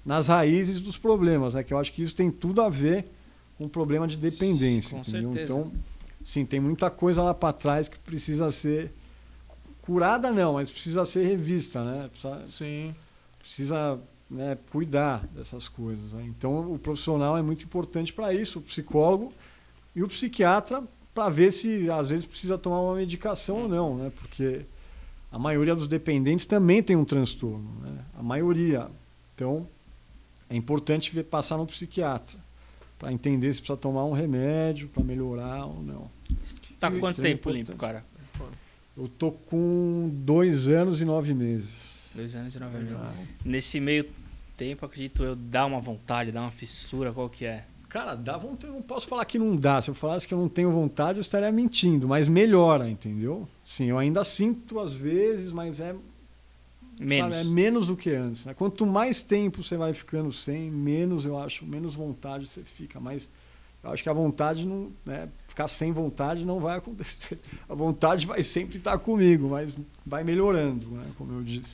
nas raízes dos problemas, né? Que eu acho que isso tem tudo a ver com o problema de dependência. Com entendeu? certeza. Então, sim, tem muita coisa lá para trás que precisa ser curada, não, mas precisa ser revista, né? Precisa, Sim. precisa, né, cuidar dessas coisas. Né? Então, o profissional é muito importante para isso, o psicólogo e o psiquiatra, para ver se às vezes precisa tomar uma medicação ou não, né? Porque a maioria dos dependentes também tem um transtorno, né? A maioria. Então, é importante ver, passar no psiquiatra para entender se precisa tomar um remédio para melhorar ou não. Tá Sim, quanto isso é tempo importante. limpo, cara? Eu tô com dois anos e nove meses. Dois anos e nove meses. Ah. Nesse meio tempo, acredito eu, dá uma vontade, dá uma fissura, qual que é? Cara, dá vontade, eu não posso falar que não dá. Se eu falasse que eu não tenho vontade, eu estaria mentindo, mas melhora, entendeu? Sim, eu ainda sinto às vezes, mas é Menos. sabe, é menos do que antes. Né? Quanto mais tempo você vai ficando sem, menos eu acho, menos vontade você fica. Mas eu acho que a vontade não, né, ficar sem vontade não vai acontecer. A vontade vai sempre estar comigo, mas vai melhorando, né, como eu disse.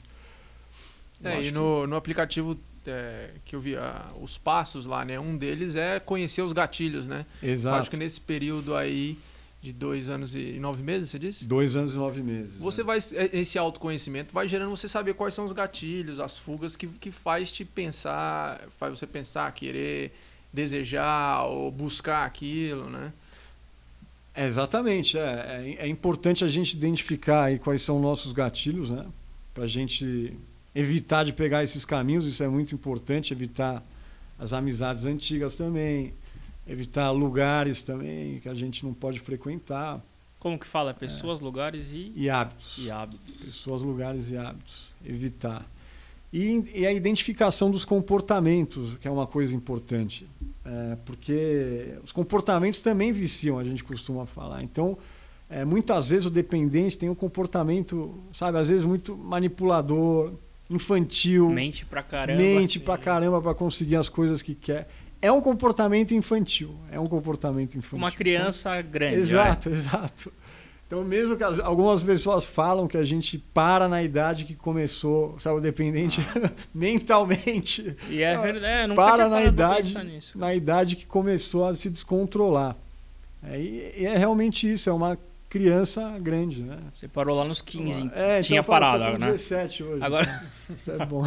Eu É, acho e no, no aplicativo é, que eu vi ah, os passos lá, né? Um deles é conhecer os gatilhos, né? que... Exato. Eu acho que nesse período aí de dois anos e nove meses, você disse? Dois anos e nove meses. Você né? vai, esse autoconhecimento vai gerando você saber quais são os gatilhos, as fugas que, que faz te pensar, faz você pensar, querer, desejar ou buscar aquilo, né? É, exatamente. É, é, é importante a gente identificar aí quais são nossos gatilhos, né? Para a gente evitar de pegar esses caminhos, isso é muito importante, evitar as amizades antigas também, evitar lugares também que a gente não pode frequentar. Como que fala? Pessoas, é. lugares e... E hábitos. E hábitos. Pessoas, lugares e hábitos. Evitar. E, e a identificação dos comportamentos, que é uma coisa importante. É, porque os comportamentos também viciam, a gente costuma falar. Então, é, muitas vezes o dependente tem um comportamento, sabe, às vezes muito manipulador, infantil. Mente pra caramba. Mente assim. pra caramba pra conseguir as coisas que quer. É um comportamento infantil. É um comportamento infantil. Uma criança então, grande. Exato, né? exato. Então, mesmo que as, algumas pessoas falam que a gente para na idade que começou, sabe, o dependente ah. mentalmente. E é verdade, é, nunca para tinha na idade, nisso. na idade que começou a se descontrolar. É, e, e é realmente isso, é uma criança grande, né? Você parou lá nos quinze, é, tinha então, parado, eu tô com né? dezessete hoje. Agora, é bom.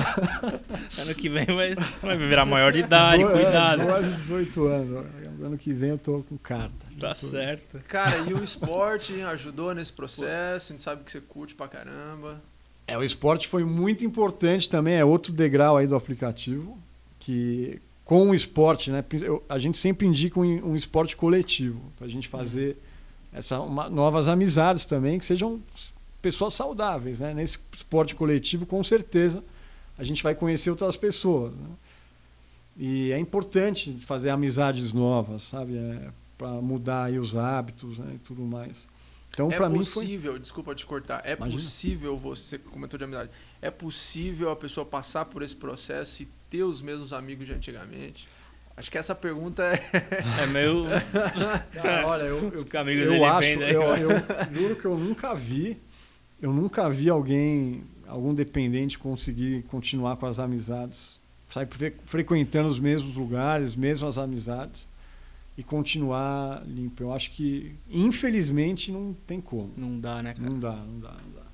Ano que vem vai, vai virar maior de idade, vou, cuidado. É, quase dezoito anos. Ano que vem eu tô com carta. Tá certo. Cara, e o esporte ajudou nesse processo? A gente sabe que você curte pra caramba. É, o esporte foi muito importante também, é outro degrau aí do aplicativo, que com o esporte, né, eu, a gente sempre indica um, um esporte coletivo, pra gente fazer essa, uma, novas amizades também, que sejam pessoas saudáveis, né? Nesse esporte coletivo, com certeza, a gente vai conhecer outras pessoas, né? E é importante fazer amizades novas, sabe? É, para mudar aí os hábitos, né, e tudo mais. Então, é para mim possível, foi... desculpa te cortar, é Imagina. possível, você comentou de amizade, é possível a pessoa passar por esse processo e ter os mesmos amigos de antigamente? Acho que essa pergunta é, é meio... Não, olha, eu, eu, os amigos eu dele acho, vem, né? eu, eu juro que eu nunca vi, eu nunca vi alguém, algum dependente conseguir continuar com as amizades, sabe, frequentando os mesmos lugares, mesmas amizades, e continuar limpo. Eu acho que, infelizmente, não tem como. Não dá, né, cara? Não dá, não dá, não dá.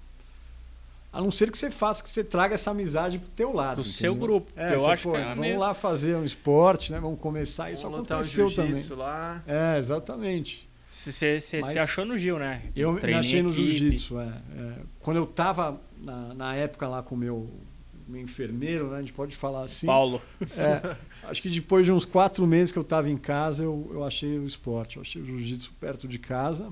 A não ser que você faça, que você traga essa amizade pro teu lado. Pro entendeu? seu grupo. É, eu você, acho pô, que é vamos meio... lá fazer um esporte, né? Vamos começar. Isso vamos aconteceu um também. Lá. É, É exatamente. Você se achou no Gil, né? Eu me achei no equipe. jiu-jitsu, é, é. Quando eu estava na, na época lá com o meu, meu enfermeiro, né? A gente pode falar assim. Paulo. É, acho que depois de uns quatro meses que eu estava em casa, eu, eu achei o esporte. Eu achei o jiu-jitsu perto de casa.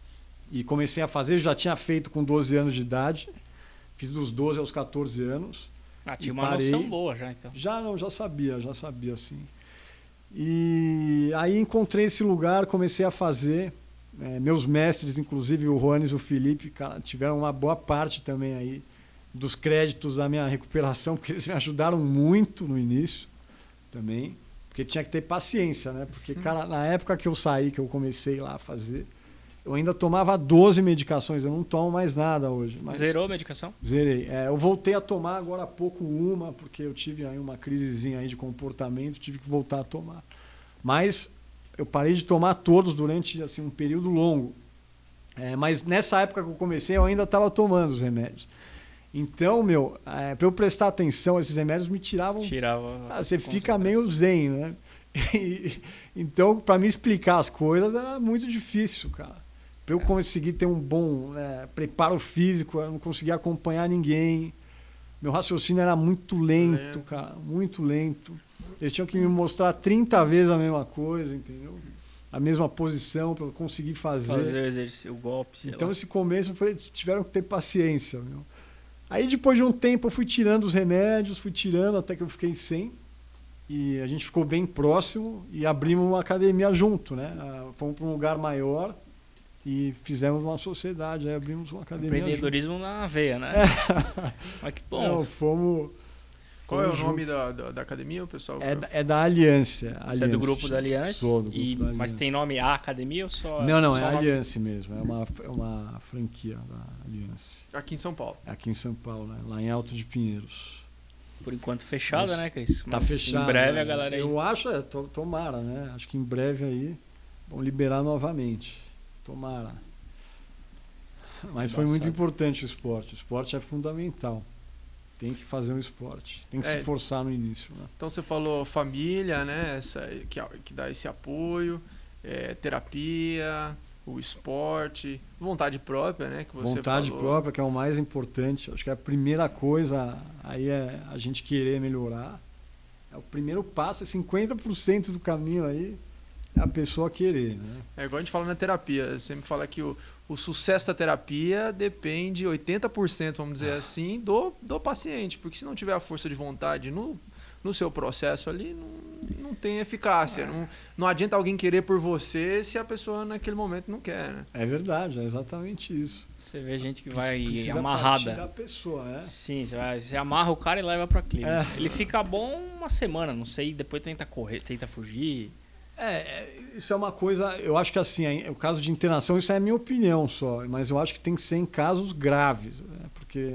E comecei a fazer, eu já tinha feito com doze anos de idade. Fiz dos doze aos quatorze anos. Ah, tinha uma parei. noção boa já, então. Já, não, já sabia, já sabia, sim. E aí encontrei esse lugar, comecei a fazer. É, meus mestres, inclusive o Juanes e o Felipe, cara, tiveram uma boa parte também aí dos créditos da minha recuperação, porque eles me ajudaram muito no início também, porque tinha que ter paciência, né? Porque, cara, na época que eu saí, que eu comecei lá a fazer, eu ainda tomava doze medicações, eu não tomo mais nada hoje. Mas Zerou a medicação? Zerei. É, eu voltei a tomar agora há pouco uma, porque eu tive aí uma crisezinha aí de comportamento, tive que voltar a tomar. Mas eu parei de tomar todos durante assim, um período longo. É, mas nessa época que eu comecei, eu ainda estava tomando os remédios. Então, meu, é, para eu prestar atenção, esses remédios me tiravam... Tirava. Ah, você fica meio zen, né? E, então, para me explicar as coisas era muito difícil, cara. Para eu conseguir ter um bom é, preparo físico, eu não conseguia acompanhar ninguém. Meu raciocínio era muito lento, lento, cara, muito lento. Eles tinham que me mostrar trinta vezes a mesma coisa, entendeu? A mesma posição para eu conseguir fazer. Fazer o exercício, o golpe. Então, lá. esse começo foi, tiveram que ter paciência, meu. Aí, depois de um tempo, eu fui tirando os remédios, fui tirando até que eu fiquei sem. E a gente ficou bem próximo e abrimos uma academia junto, né? Fomos para um lugar maior e fizemos uma sociedade, aí abrimos uma academia Empreendedorismo junto. na veia, né? É. Mas que bom. Não, fomos... Qual é o nome da, da, da academia, o pessoal? É, é da Aliança. Você é do grupo da Aliança? Sou do grupo e, da Aliança. Mas tem nome A Academia ou só... Não, não, só é a nome... Aliança mesmo. É uma, é uma franquia da Aliança. Aqui em São Paulo. Aqui em São Paulo, né? Lá em Alto de Pinheiros. Por enquanto fechada, Mas né, Cris? Tá Mas fechado. Em breve né? a galera aí... Eu acho, é, to, tomara, né? Acho que em breve aí vão liberar novamente. Tomara. Mas foi muito importante o esporte. O esporte é fundamental. Tem que fazer um esporte. Tem que É. se forçar no início. Né? Então você falou família, né? Essa, que, que dá esse apoio, é, terapia, o esporte, vontade própria, né? Que você Vontade falou. própria, que é o mais importante. Acho que a primeira coisa aí é a gente querer melhorar. É o primeiro passo, é cinquenta por cento do caminho aí é a pessoa querer, né? É igual a gente fala na terapia. Você me fala que o, o sucesso da terapia depende oitenta por cento, vamos dizer assim, do, do paciente. Porque se não tiver a força de vontade no, no seu processo ali, não, não tem eficácia. Não, não adianta alguém querer por você se a pessoa naquele momento não quer, né? É verdade, é exatamente isso. Você vê gente que vai Precisa amarrada. partir da pessoa, é. Sim, você, vai, você amarra o cara e leva pra clínica. É. Ele fica bom uma semana, não sei, depois tenta correr, tenta fugir. É, é, isso é uma coisa, eu acho que assim, o caso de internação, isso é a minha opinião só, mas eu acho que tem que ser em casos graves, né? Porque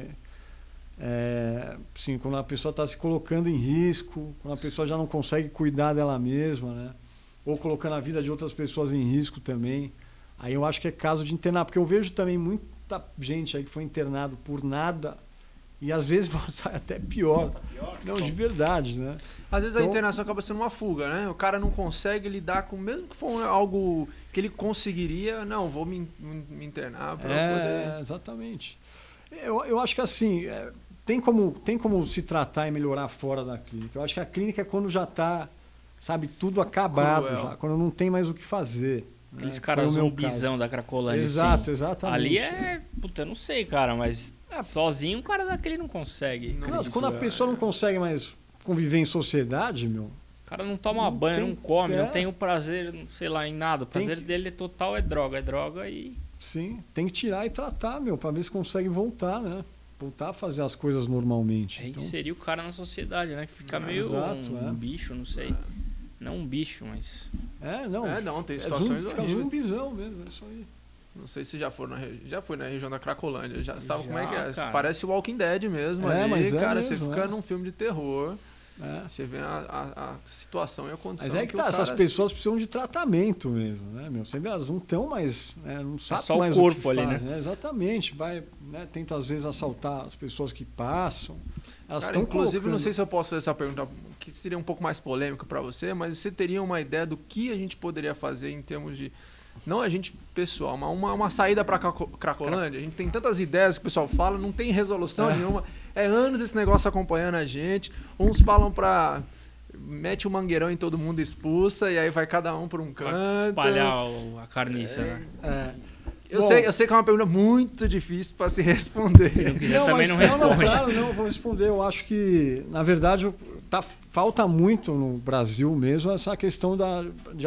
é, assim, quando a pessoa está se colocando em risco, quando a pessoa já não consegue cuidar dela mesma, né? Ou colocando a vida de outras pessoas em risco também, aí eu acho que é caso de internar, porque eu vejo também muita gente aí que foi internado por nada e às vezes sai até pior. Não, de verdade, né? Às vezes Então- a internação acaba sendo uma fuga, né? O cara não consegue lidar com, mesmo que for algo que ele conseguiria, não, vou me, me internar para eu É, poder... exatamente. Eu, eu acho que assim, é, tem, como, tem como se tratar e melhorar fora da clínica. Eu acho que a clínica é quando já está, sabe, tudo acabado, Cruel. já, quando não tem mais o que fazer. Aqueles né? caras Foi o meu zumbizão caso. da Cracolândia. Exato, assim. exatamente. Ali é. Puta, eu não sei, cara, mas É. sozinho um cara daquele não consegue. Não. Não, quando a Já- pessoa não consegue mais conviver em sociedade, meu, O cara não toma Não banho, tem- não come, é. não tem o prazer, sei lá, em nada. O Tem prazer que- dele é total, é droga, é droga e. sim, tem que tirar e tratar, meu, para ver se consegue voltar, né? Voltar a fazer as coisas normalmente. Então, Reinserir o cara na sociedade, né? Que fica É, meio exato, um, é. um bicho, não sei. Não um bicho, mas. é, não. É, não, tem é situações zum- fica horríveis. zumbizão mesmo, é isso aí. Não sei se já foram na regi- já foi na região da Cracolândia, já sabe Já, como é que é. cara. Parece o Walking Dead mesmo É, ali, mas é cara, você mesmo, fica é. num filme de terror, É. você vê a, a- a situação e a condição. Mas é que, o tá, essas cara- pessoas precisam de tratamento mesmo, né, meu? Você vê, elas não estão mais, né, não sabem só o mais corpo que ali, faz, né? Exatamente, vai, né, tenta às vezes assaltar as pessoas que passam. Elas Cara, estão inclusive, colocando... não sei se eu posso fazer essa pergunta, que seria um pouco mais polêmica para você, mas você teria uma ideia do que a gente poderia fazer em termos de, não a gente pessoal, mas uma, uma saída para Cracolândia? A gente tem tantas ideias que o pessoal fala, não tem resolução É. nenhuma. É anos esse negócio acompanhando a gente. Uns falam para mete o mangueirão em todo mundo, expulsa, e aí vai cada um por um Pra canto. espalhar o- a carniça, né? É. Eu, Bom, sei, eu sei que é uma pergunta muito difícil para se responder. Se não quiser também mas- não Não, responde. claro, não, eu vou responder. Eu acho que, na verdade, tá, falta muito no Brasil mesmo essa questão da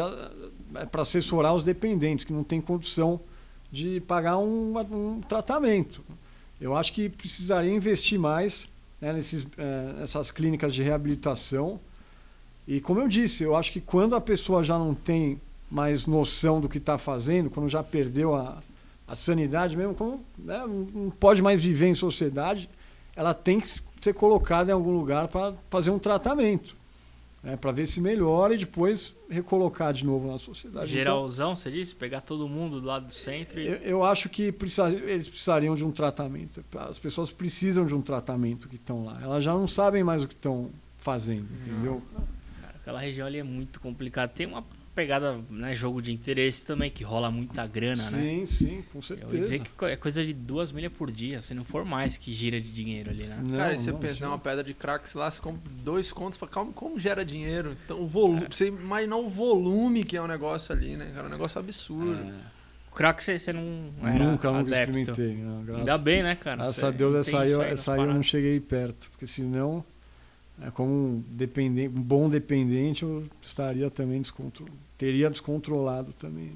para assessorar os dependentes, que não tem condição de pagar um, um tratamento. Eu acho que precisaria investir mais, né, nesses, eh, nessas clínicas de reabilitação. E, como eu disse, eu acho que quando a pessoa já não tem mais noção do que está fazendo, quando já perdeu a, a sanidade mesmo, quando, né, não pode mais viver em sociedade, ela tem que ser colocada em algum lugar para fazer um tratamento, né, para ver se melhora e depois recolocar de novo na sociedade. Geralzão, então, você disse? Pegar todo mundo do lado do centro? E... Eu, eu acho que precisa, eles precisariam de um tratamento. As pessoas precisam de um tratamento que estão lá. Elas já não sabem mais o que estão fazendo, entendeu? Cara, aquela região ali é muito complicada. Tem uma pegada, né, jogo de interesse também, que rola muita grana, sim, né? Sim, sim, com certeza. Eu ia dizer que é coisa de duas milhas por dia, se não for mais que gira de dinheiro ali, né? Não, cara, e você não, pensa, né, uma pedra de crack, sei lá, você compra dois contos, fala, como, como gera dinheiro? Então, o volume, é. Você imaginar o volume que é um negócio ali, né, cara? É um negócio absurdo. É. O crack você, você não era Nunca, nunca adepto. experimentei. Não, graças, Ainda bem, né, cara? Graças a Deus, essa aí, essa aí eu não cheguei perto, porque senão... É, como um, dependente, um bom dependente, eu estaria também descontrolado. Teria descontrolado também,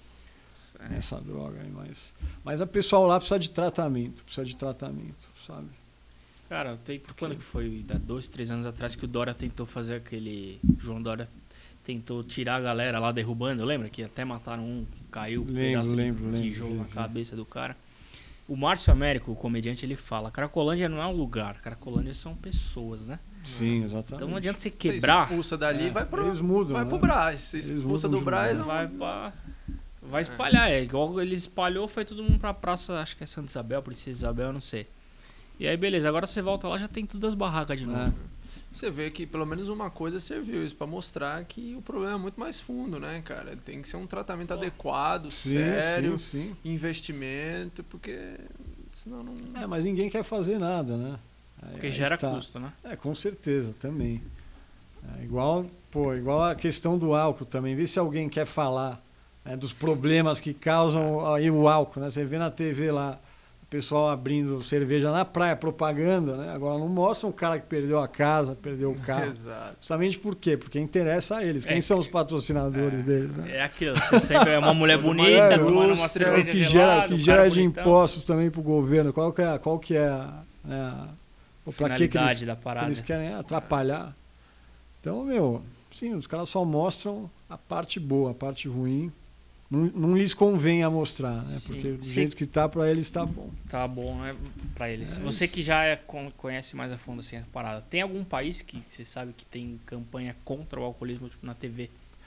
né? É. Essa droga aí. Mas, mas a pessoal lá precisa de tratamento. Precisa de tratamento, sabe? Cara, eu tenho, Porque... quando que foi? Há dois, três anos atrás que o Dória tentou fazer aquele... João Dória tentou tirar a galera lá derrubando. Lembra que até mataram um que caiu um pedaço lembro, de tijolo lembro, na lembro. cabeça do cara. O Márcio Américo, o comediante, ele fala: Cracolândia não é um lugar, Cracolândia são pessoas, né? Sim, exatamente. Então não adianta você quebrar. Você expulsa dali, é, vai pro, eles mudam, vai né? pro Brás. Você expulsa do Brás, não... vai pra, vai espalhar. É. é igual ele espalhou, foi todo mundo pra praça, acho que é Santa Isabel, Princesa Isabel, eu não sei. E aí, beleza, agora você volta lá, já tem tudo as barracas de novo. É. Você vê que pelo menos uma coisa serviu isso, pra mostrar que o problema é muito mais fundo, né, cara? Tem que ser um tratamento oh. adequado, sim, sério, sim, sim. investimento, porque senão não... É, mas ninguém quer fazer nada, né? Porque aí gera tá. custo, né? É, com certeza, também. É, igual, pô, igual a questão do álcool também. Vê se alguém quer falar, né, dos problemas que causam aí o álcool, né? Você vê na T V lá o pessoal abrindo cerveja na praia, propaganda, né? Agora não mostra o cara que perdeu a casa, perdeu o carro. Exato. Justamente por quê? Porque interessa a eles. Quem é, são os patrocinadores é, deles? Né? É aquilo, você sempre é uma mulher bonita, tomando uma cerveja o que gelada, gera, que gera de bonitão. Impostos também pro governo. Qual que é, qual que é a... É a Para que, que eles, da parada. Que eles querem atrapalhar? Então, meu, sim, os caras só mostram a parte boa, a parte ruim. Não, não lhes convém a mostrar, né? Sim. Porque do sim. jeito que tá, para eles tá bom. Tá bom, né? Para eles. É Você isso. que já é, conhece mais a fundo assim, a parada, tem algum país que você sabe que tem campanha contra o alcoolismo tipo, na T V?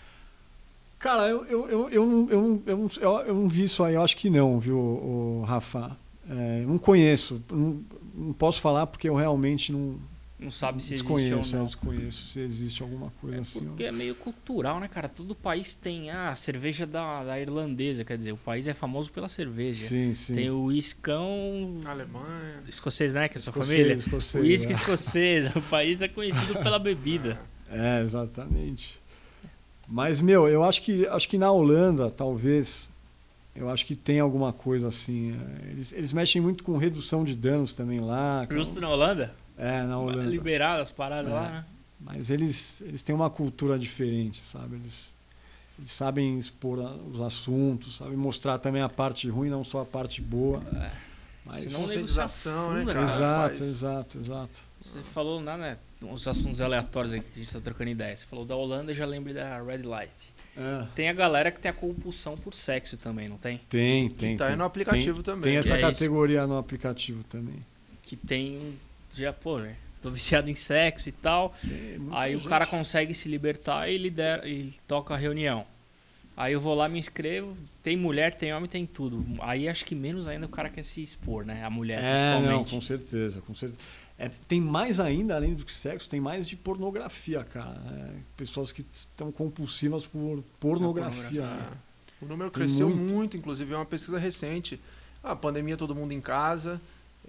Cara, eu, eu, eu, eu, não, eu, não, eu, não, eu não vi isso aí, eu acho que não, viu, o Rafa? É, não conheço. Não, não posso falar porque eu realmente não... Não sabe se existe ou não. Eu desconheço se existe alguma coisa é assim. Porque é meio cultural, né, cara? Todo país tem ah, a cerveja da, da irlandesa, quer dizer, o país é famoso pela cerveja. Sim, sim. Tem o uiscão... Alemanha. Escocês, né? Que é a sua escocês, família. Escocês, o uísque é. escocês. O país é conhecido pela bebida. É, exatamente. Mas, meu, eu acho que, acho que na Holanda, talvez... Eu acho que tem alguma coisa assim. Eles, eles mexem muito com redução de danos também lá. Justo com... na Holanda? É, na Holanda. Liberadas as paradas é. lá, né? Mas eles, eles têm uma cultura diferente, sabe? Eles, eles sabem expor os assuntos, sabem mostrar também a parte ruim, não só a parte boa. É. Mas senão negociação, né, cara? Exato, exato, exato. Você falou lá, né? Os assuntos aleatórios aí que a gente tá trocando ideia. Você falou da Holanda, eu já lembrei da Red Light. É. Tem a galera que tem a compulsão por sexo também, não tem? Tem, tem. Que tá tem, aí no aplicativo tem, também. Tem essa é categoria isso. no aplicativo também. Que tem, já, pô, né? Tô viciado em sexo e tal. Aí gente. O cara consegue se libertar e, lidera, e toca a reunião. Aí eu vou lá, me inscrevo. Tem mulher, tem homem, tem tudo. Aí acho que menos ainda o cara quer se expor, né? A mulher, é, principalmente. Não, com certeza, com certeza. É, tem mais ainda, além do que sexo, tem mais de pornografia, cara. É, pessoas que estão compulsivas por pornografia. pornografia. Né? O número cresceu muito. muito, inclusive é uma pesquisa recente. A pandemia, todo mundo em casa,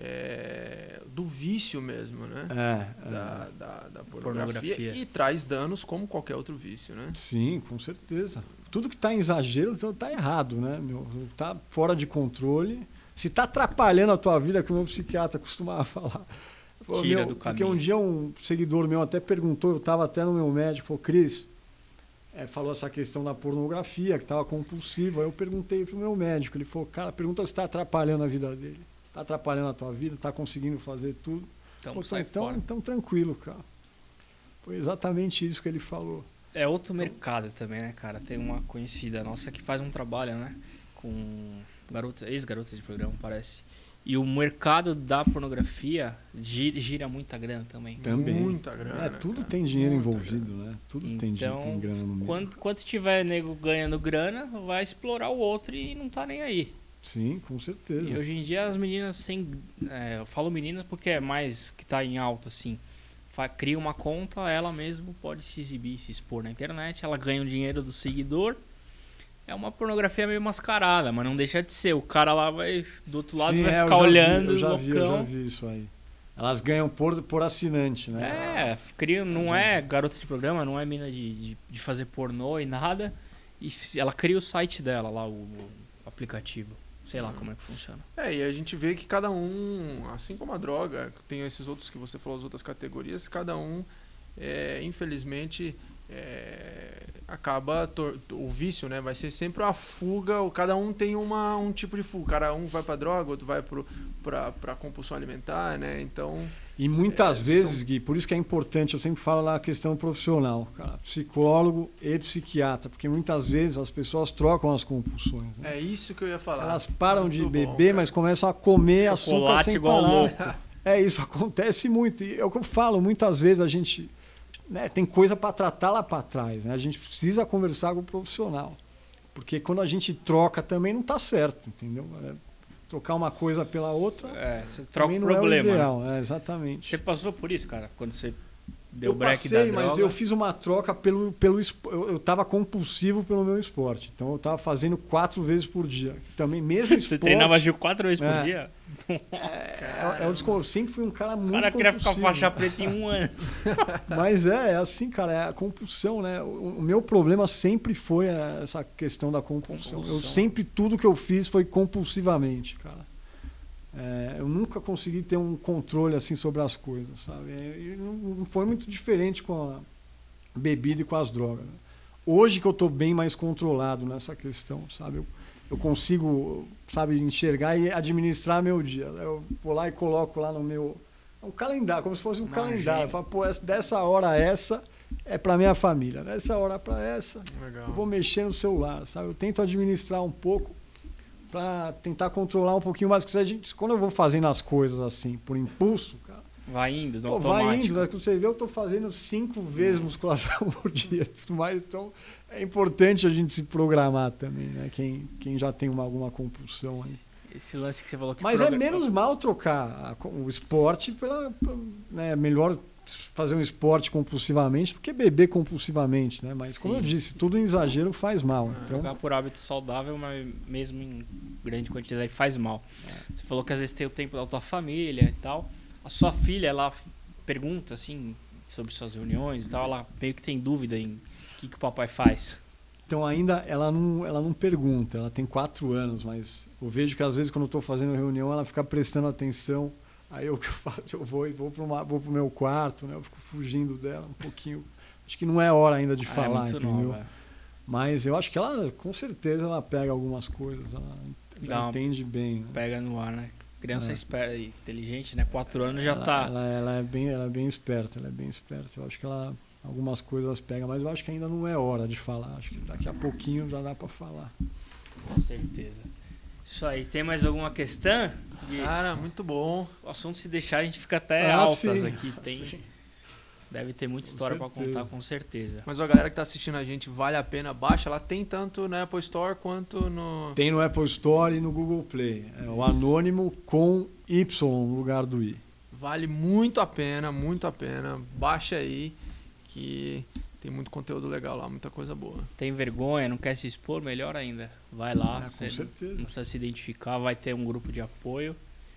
é, do vício mesmo, né? É, da, é. Da, da pornografia, pornografia. E traz danos como qualquer outro vício, né? Sim, com certeza. Tudo que está em exagero está errado, né? Está fora de controle. Se está atrapalhando a tua vida, como o meu psiquiatra costumava falar. Pô, Tira meu, do porque caminho. um dia um seguidor meu até perguntou, eu estava até no meu médico, falou, Cris, é, falou essa questão da pornografia, que estava compulsivo. Aí eu perguntei para o meu médico, ele falou, cara, pergunta se está atrapalhando a vida dele. Está atrapalhando a tua vida, está conseguindo fazer tudo. Então, Pô, sai então, fora. então tranquilo, cara. Foi exatamente isso que ele falou. é outro mercado também, né, cara? Tem uma conhecida nossa que faz um trabalho, né? Com garota, ex-garota de programa, parece. E o mercado da pornografia gira, gira muita grana também. Também. Muita grana. É, tudo cara. tem dinheiro Muita envolvido, grana. né? Tudo Então, tem, dinheiro, tem grana no meio. Quando, quando tiver nego ganhando grana, vai explorar o outro e não tá nem aí. Sim, com certeza. E hoje em dia as meninas sem... É, eu falo meninas porque é mais que tá em alta, assim. Fa- cria uma conta, ela mesma pode se exibir, se expor na internet. Ela ganha o dinheiro do seguidor. É uma pornografia meio mascarada, mas não deixa de ser. O cara lá vai, do outro lado, Sim, vai é, ficar eu já olhando, vi, eu já vi, eu já loucão. vi isso aí. Elas ganham por, por assinante, né? É, cria, não é garota de programa, não é mina de, de, de fazer pornô e nada. E f- ela cria o site dela lá, o, o aplicativo. Sei lá como é que funciona. É, e a gente vê que cada um, assim como a droga, tem esses outros que você falou, as outras categorias, cada um, é, infelizmente, é, acaba, tor- o vício, né? Vai ser sempre uma fuga, ou cada um tem uma, um tipo de fuga. Cada um vai pra droga, outro vai pro, pra, pra compulsão alimentar, né? Então... E muitas É, vezes, são- Gui, por isso que é importante, eu sempre falo lá a questão profissional, cara, psicólogo e psiquiatra, porque muitas vezes as pessoas trocam as compulsões. Né? É isso que eu ia falar. Elas param de Muito bom, beber, cara. mas começam a comer açúcar Chocolate sem igual parar. louco. É isso, acontece muito. E é o que eu falo, muitas vezes a gente, né, tem coisa para tratar lá para trás, né? A gente precisa conversar com o profissional, porque quando a gente troca também não tá certo, entendeu? É, trocar uma coisa pela outra É, você troca também o não é o problema. né? ideal. É, exatamente. Você passou por isso, cara? Quando você deu Eu break passei, da droga? mas eu fiz uma troca pelo pelo espo- eu, eu tava compulsivo pelo meu esporte. Então eu tava fazendo quatro vezes por dia. Também mesmo esporte. Você treinava Gil quatro vezes É. por dia? É, é o descon- eu sempre fui um cara O muito cara queria ficar compulsivo. faixa preta em um ano. Mas é, é assim, cara, é a compulsão, né? O, o meu problema sempre foi a- essa questão da compulsão. Compulsão. Eu sempre, tudo que eu fiz foi compulsivamente, cara. É, eu nunca consegui ter um controle assim sobre as coisas, sabe? E não, não foi muito diferente com a bebida e com as drogas. Né? Hoje que eu tô bem mais controlado nessa questão, sabe? Eu, eu consigo, sabe, enxergar e administrar meu dia. Eu vou lá e coloco lá no meu... um calendário, como se fosse um Uma calendário. agenda. Eu falo, pô, essa- dessa hora a essa é para minha família, dessa hora para essa Legal. eu vou mexer no celular, sabe? Eu tento administrar um pouco para tentar controlar um pouquinho mais, porque a gente, quando eu vou fazendo as coisas assim por impulso, cara, Vai indo, no pô, automático. vai indo, né? Quando você vê, eu tô fazendo cinco vezes musculação por dia, e tudo mais, então é importante a gente se programar também, né? Quem, quem já tem uma, alguma compulsão aí. Esse lance que você falou que... Mas é progra- menos mal trocar a- o esporte pela, né, melhor fazer um esporte compulsivamente do que beber compulsivamente, né? Mas como eu Sim. disse, tudo em exagero faz mal. Então, Jogar por hábito saudável, mas mesmo em grande quantidade faz mal. Você falou que às vezes tem o tempo da tua família e tal. A sua filha, ela pergunta assim sobre suas reuniões e tal, ela meio que tem dúvida em o que, que o papai faz. então ainda ela não, ela não pergunta, ela tem quatro anos, mas eu vejo que às vezes quando eu estou fazendo reunião ela fica prestando atenção. Aí eu, que eu faço, eu vou e vou para vou pro meu quarto, né? Eu fico fugindo dela um pouquinho. Acho que não é hora ainda de Ah, é falar, muito entendeu? nova, é. Mas eu acho que ela, com certeza, ela pega algumas coisas, ela, Dá ela uma- entende bem. Né? Pega no ar, né? Criança É. esperta e inteligente, né? Quatro anos já ela, tá. Ela, ela é bem, ela é bem esperta, ela é bem esperta. Eu acho que ela algumas coisas pega, mas eu acho que ainda não é hora de falar. Acho que daqui a pouquinho já dá para falar. Com certeza. Isso aí. Tem mais alguma questão? E Cara, muito bom. o assunto, se deixar, a gente fica até Ah, altas sim. aqui. Tem, Sim. deve ter muita Com história para certeza. contar, com certeza. Mas a galera que tá assistindo a gente, vale a pena, baixa. Ela tem tanto na Apple Store quanto no... Tem no Apple Store e no Google Play. É o Isso. Anônimo com Y no lugar do I. Vale muito a pena, muito a pena. Baixa aí, que tem muito conteúdo legal lá, muita coisa boa. Tem vergonha, não quer se expor, melhor ainda. Vai lá, Ah, você com certeza. não precisa se identificar, vai ter um grupo de apoio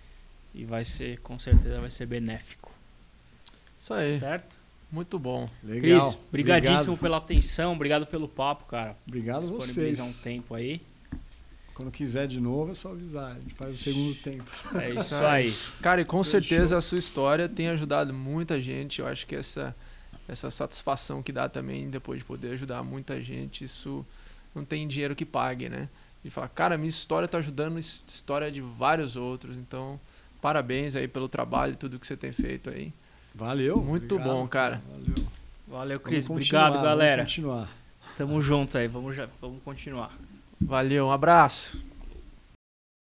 e vai ser, com certeza, vai ser benéfico. Isso aí, Certo? muito bom. Legal. Cris, brigadíssimo Obrigado. pela atenção, obrigado pelo papo, cara. Obrigado a vocês. Disponibilizar um tempo aí. Quando quiser de novo, é só avisar. A gente faz o segundo tempo. É isso aí. Cara, e com Fechou. certeza a sua história tem ajudado muita gente. Eu acho que essa, essa satisfação que dá também, depois de poder ajudar muita gente, isso não tem dinheiro que pague, né? De falar, cara, minha história tá ajudando a his- história de vários outros. Então, parabéns aí pelo trabalho e tudo que você tem feito aí. Valeu. Muito obrigado. bom, cara. Valeu. Valeu, Cris. Obrigado, galera. Vamos continuar. Tamo junto aí. Vamos, já, vamos continuar. Valeu, um abraço.